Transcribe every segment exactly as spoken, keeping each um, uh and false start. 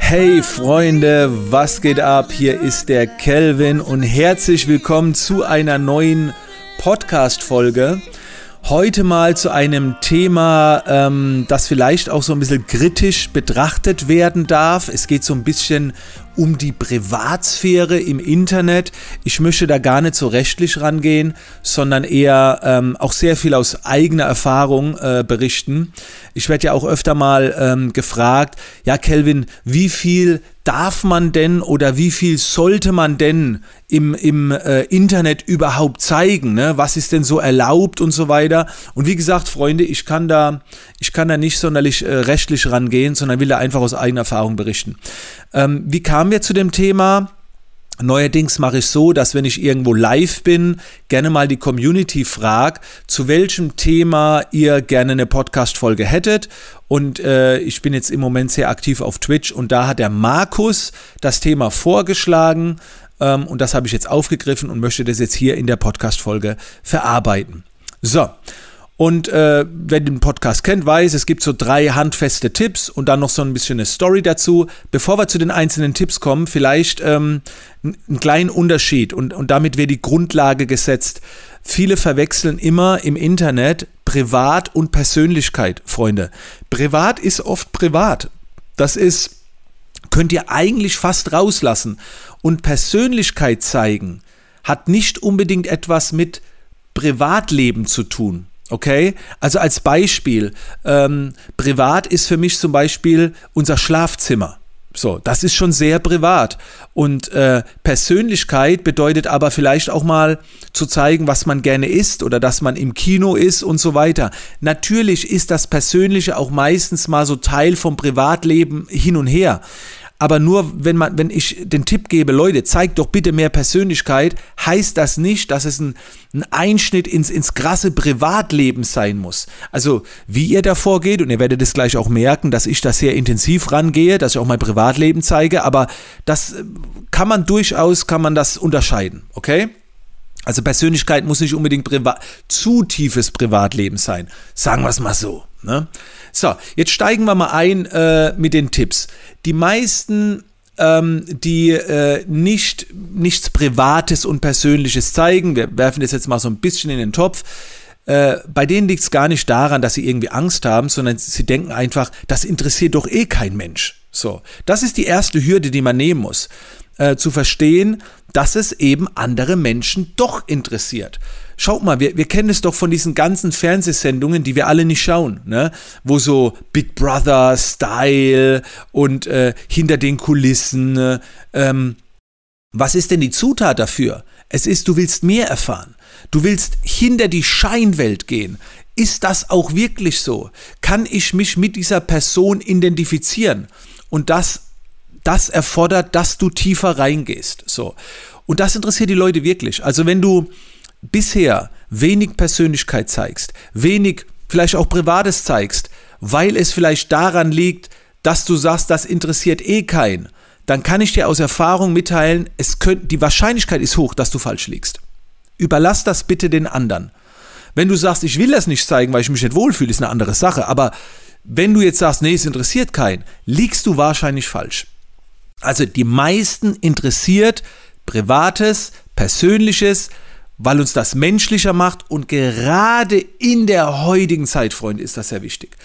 Hey Freunde, was geht ab? Hier ist der Kelvin und herzlich willkommen zu einer neuen Podcast-Folge. Heute mal zu einem Thema, ähm, das vielleicht auch so ein bisschen kritisch betrachtet werden darf. Es geht so ein bisschen um die Privatsphäre im Internet. Ich möchte da gar nicht so rechtlich rangehen, sondern eher ähm, auch sehr viel aus eigener Erfahrung äh, berichten. Ich werde ja auch öfter mal ähm, gefragt, ja Kelvin, wie viel darf man denn oder wie viel sollte man denn im, im äh, Internet überhaupt zeigen, ne? Was ist denn so erlaubt und so weiter. Und wie gesagt, Freunde, ich kann da, ich kann da nicht sonderlich äh, rechtlich rangehen, sondern will da einfach aus eigener Erfahrung berichten. Ähm, wie kamen wir zu dem Thema? Neuerdings mache ich so, dass wenn ich irgendwo live bin, gerne mal die Community frage, zu welchem Thema ihr gerne eine Podcast-Folge hättet. Und äh, ich bin jetzt im Moment sehr aktiv auf Twitch und da hat der Markus das Thema vorgeschlagen ähm, und das habe ich jetzt aufgegriffen und möchte das jetzt hier in der Podcast-Folge verarbeiten. So. Und äh, wer den Podcast kennt, weiß, es gibt so drei handfeste Tipps und dann noch so ein bisschen eine Story dazu. Bevor wir zu den einzelnen Tipps kommen, vielleicht ähm, einen kleinen Unterschied und, und damit wird die Grundlage gesetzt. Viele verwechseln immer im Internet Privat und Persönlichkeit, Freunde. Privat ist oft privat. Das ist, könnt ihr eigentlich fast rauslassen. Und Persönlichkeit zeigen hat nicht unbedingt etwas mit Privatleben zu tun. Okay, also als Beispiel, ähm, privat ist für mich zum Beispiel unser Schlafzimmer. So, das ist schon sehr privat. Und äh, Persönlichkeit bedeutet aber vielleicht auch mal zu zeigen, was man gerne isst oder dass man im Kino ist und so weiter. Natürlich ist das Persönliche auch meistens mal so Teil vom Privatleben hin und her. Aber nur wenn man, wenn ich den Tipp gebe, Leute, zeigt doch bitte mehr Persönlichkeit, heißt das nicht, dass es ein, ein Einschnitt ins, ins krasse Privatleben sein muss. Also wie ihr da vorgeht, und ihr werdet es gleich auch merken, dass ich da sehr intensiv rangehe, dass ich auch mein Privatleben zeige, aber das kann man durchaus, kann man das unterscheiden, okay? Also Persönlichkeit muss nicht unbedingt privat, zu tiefes Privatleben sein, sagen wir es mal so, ne? So, jetzt steigen wir mal ein äh, mit den Tipps. Die meisten, ähm, die äh, nicht, nichts Privates und Persönliches zeigen, wir werfen das jetzt mal so ein bisschen in den Topf, äh, bei denen liegt es gar nicht daran, dass sie irgendwie Angst haben, sondern sie denken einfach, das interessiert doch eh kein Mensch. So, das ist die erste Hürde, die man nehmen muss, äh, zu verstehen, dass es eben andere Menschen doch interessiert. Schaut mal, wir, wir kennen es doch von diesen ganzen Fernsehsendungen, die wir alle nicht schauen, ne? Wo so Big Brother Style und äh, hinter den Kulissen. Äh, ähm, was ist denn die Zutat dafür? Es ist, du willst mehr erfahren. Du willst hinter die Scheinwelt gehen. Ist das auch wirklich so? Kann ich mich mit dieser Person identifizieren? Und das, das erfordert, dass du tiefer reingehst. So. Und das interessiert die Leute wirklich. Also wenn du bisher wenig Persönlichkeit zeigst, wenig vielleicht auch Privates zeigst, weil es vielleicht daran liegt, dass du sagst, das interessiert eh keinen, dann kann ich dir aus Erfahrung mitteilen, es könnt, die Wahrscheinlichkeit ist hoch, dass du falsch liegst. Überlass das bitte den anderen. Wenn du sagst, ich will das nicht zeigen, weil ich mich nicht wohlfühle, ist eine andere Sache, aber wenn du jetzt sagst, nee, es interessiert keinen, liegst du wahrscheinlich falsch. Also die meisten interessiert Privates, Persönliches, weil uns das menschlicher macht und gerade in der heutigen Zeit, Freunde, ist das sehr wichtig.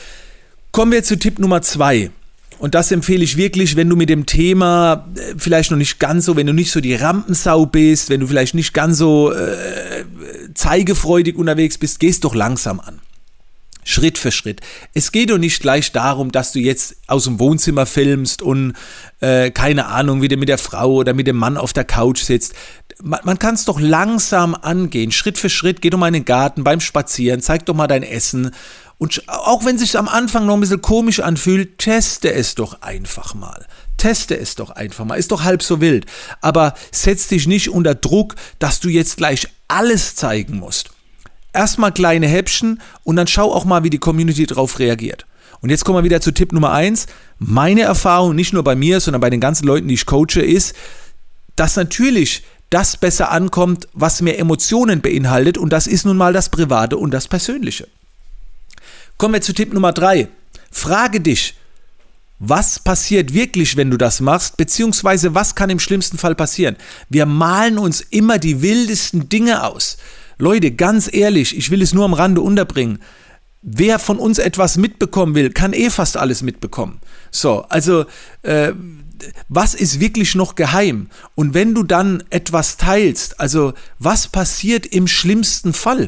Kommen wir zu Tipp Nummer zwei. Und das empfehle ich wirklich, wenn du mit dem Thema vielleicht noch nicht ganz so, wenn du nicht so die Rampensau bist, wenn du vielleicht nicht ganz so äh, zeigefreudig unterwegs bist, gehst doch langsam an. Schritt für Schritt. Es geht doch nicht gleich darum, dass du jetzt aus dem Wohnzimmer filmst und äh, keine Ahnung, wie du mit der Frau oder mit dem Mann auf der Couch sitzt. Man, man kann es doch langsam angehen, Schritt für Schritt. Geh doch mal in den Garten beim Spazieren, zeig doch mal dein Essen. Und auch wenn es sich am Anfang noch ein bisschen komisch anfühlt, teste es doch einfach mal. Teste es doch einfach mal. Ist doch halb so wild. Aber setz dich nicht unter Druck, dass du jetzt gleich alles zeigen musst. Erstmal kleine Häppchen und dann schau auch mal, wie die Community darauf reagiert. Und jetzt kommen wir wieder zu Tipp Nummer eins. Meine Erfahrung, nicht nur bei mir, sondern bei den ganzen Leuten, die ich coache, ist, dass natürlich das besser ankommt, was mehr Emotionen beinhaltet. Und das ist nun mal das Private und das Persönliche. Kommen wir zu Tipp Nummer drei. Frage dich, Was passiert wirklich, wenn du das machst, beziehungsweise was kann im schlimmsten Fall passieren? Wir malen uns immer die wildesten Dinge aus. Leute, ganz ehrlich, ich will es nur am Rande unterbringen. Wer von uns etwas mitbekommen will, kann eh fast alles mitbekommen. So, also äh, was ist wirklich noch geheim? Und wenn du dann etwas teilst, also was passiert im schlimmsten Fall?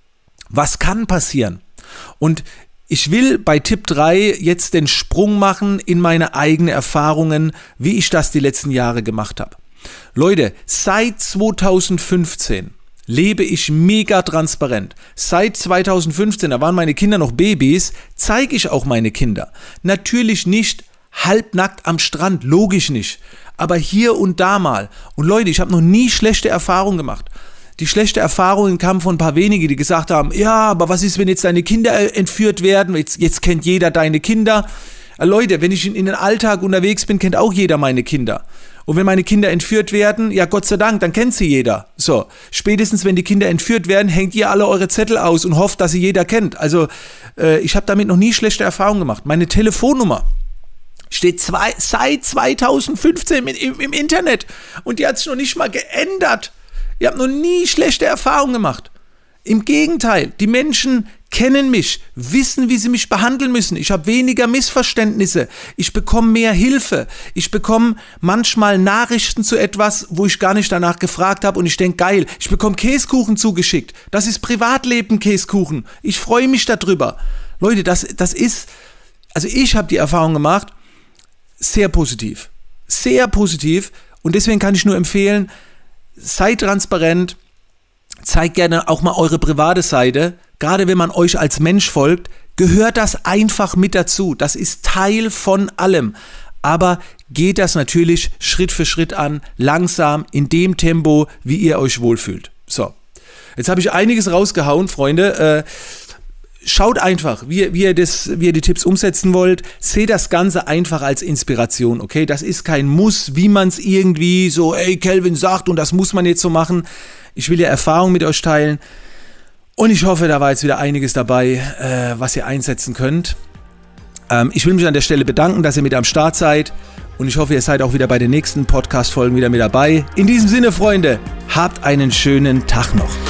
Was kann passieren? Und ich will bei Tipp drei jetzt den Sprung machen in meine eigenen Erfahrungen, wie ich das die letzten Jahre gemacht habe. Leute, seit zweitausendfünfzehn lebe ich mega transparent. Seit zweitausendfünfzehn, da waren meine Kinder noch Babys, zeige ich auch meine Kinder. Natürlich nicht halbnackt am Strand, logisch nicht. Aber hier und da mal. Und Leute, ich habe noch nie schlechte Erfahrungen gemacht. Die schlechte Erfahrungen kamen von ein paar wenige, die gesagt haben, ja, aber was ist, wenn jetzt deine Kinder entführt werden? Jetzt, jetzt kennt jeder deine Kinder. Leute, wenn ich in, in den Alltag unterwegs bin, kennt auch jeder meine Kinder. Und wenn meine Kinder entführt werden, ja Gott sei Dank, dann kennt sie jeder. So, spätestens wenn die Kinder entführt werden, hängt ihr alle eure Zettel aus und hofft, dass sie jeder kennt. Also äh, ich habe damit noch nie schlechte Erfahrungen gemacht. Meine Telefonnummer steht zwei, seit zweitausendfünfzehn im, im Internet und die hat sich noch nicht mal geändert. Ihr habt noch nie schlechte Erfahrungen gemacht. Im Gegenteil, die Menschen kennen mich, wissen, wie sie mich behandeln müssen. Ich habe weniger Missverständnisse. Ich bekomme mehr Hilfe. Ich bekomme manchmal Nachrichten zu etwas, wo ich gar nicht danach gefragt habe und ich denke, geil, ich bekomme Käsekuchen zugeschickt. Das ist Privatleben Käsekuchen. Ich freue mich darüber. Leute, das, das ist, also ich habe die Erfahrung gemacht, sehr positiv. Sehr positiv und deswegen kann ich nur empfehlen, seid transparent, zeigt gerne auch mal eure private Seite. Gerade wenn man euch als Mensch folgt, gehört das einfach mit dazu. Das ist Teil von allem. Aber geht das natürlich Schritt für Schritt an, langsam, in dem Tempo, wie ihr euch wohlfühlt. So, jetzt habe ich einiges rausgehauen, Freunde. Äh, Schaut einfach, wie, wie, ihr das, wie ihr die Tipps umsetzen wollt. Seht das Ganze einfach als Inspiration, okay? Das ist kein Muss, wie man es irgendwie so, ey, Kelvin sagt und das muss man jetzt so machen. Ich will ja Erfahrung mit euch teilen. Und ich hoffe, da war jetzt wieder einiges dabei, äh, was ihr einsetzen könnt. Ähm, ich will mich an der Stelle bedanken, dass ihr mit am Start seid. Und ich hoffe, ihr seid auch wieder bei den nächsten Podcast-Folgen wieder mit dabei. In diesem Sinne, Freunde, habt einen schönen Tag noch.